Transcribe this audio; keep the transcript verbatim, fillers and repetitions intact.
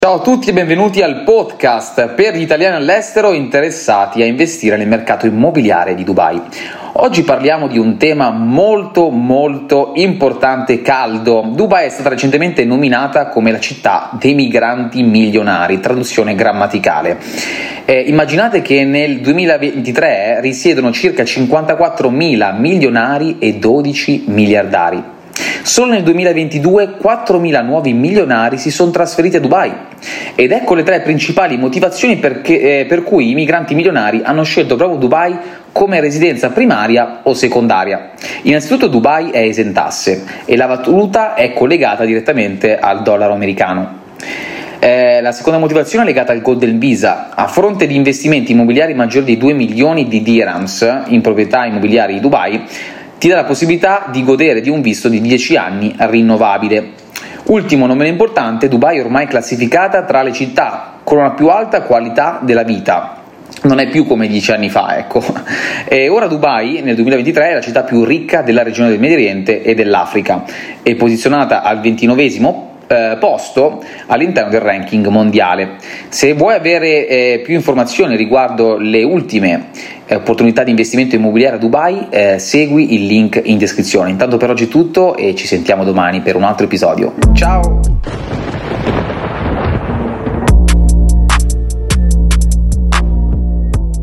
Ciao a tutti e benvenuti al podcast per gli italiani all'estero interessati a investire nel mercato immobiliare di Dubai. Oggi parliamo di un tema molto molto importante e caldo. Dubai è stata recentemente nominata come la città dei migranti milionari, traduzione grammaticale. Eh, immaginate che nel duemilaventitré risiedono circa cinquantaquattromila milionari e dodici miliardari. Solo nel duemilaventidue quattromila nuovi milionari si sono trasferiti a Dubai ed ecco le tre principali motivazioni perché, eh, per cui i migranti milionari hanno scelto proprio Dubai come residenza primaria o secondaria. Innanzitutto Dubai è esentasse e la valuta è collegata direttamente al dollaro americano. Eh, la seconda motivazione è legata al Golden Visa. A fronte di investimenti immobiliari maggiori di due milioni di dirhams in proprietà immobiliari di Dubai, ti dà la possibilità di godere di un visto di dieci anni rinnovabile. Ultimo, non meno importante, Dubai è ormai classificata tra le città con una più alta qualità della vita. Non è più come dieci anni fa, ecco. E ora Dubai, nel duemilaventitré, è la città più ricca della regione del Medio Oriente e dell'Africa. È posizionata al ventinovesimo eh, posto all'interno del ranking mondiale. Se vuoi avere eh, più informazioni riguardo le ultime eh, opportunità di investimento immobiliare a Dubai, eh, segui il link in descrizione. Intanto per oggi è tutto e ci sentiamo domani per un altro episodio. Ciao!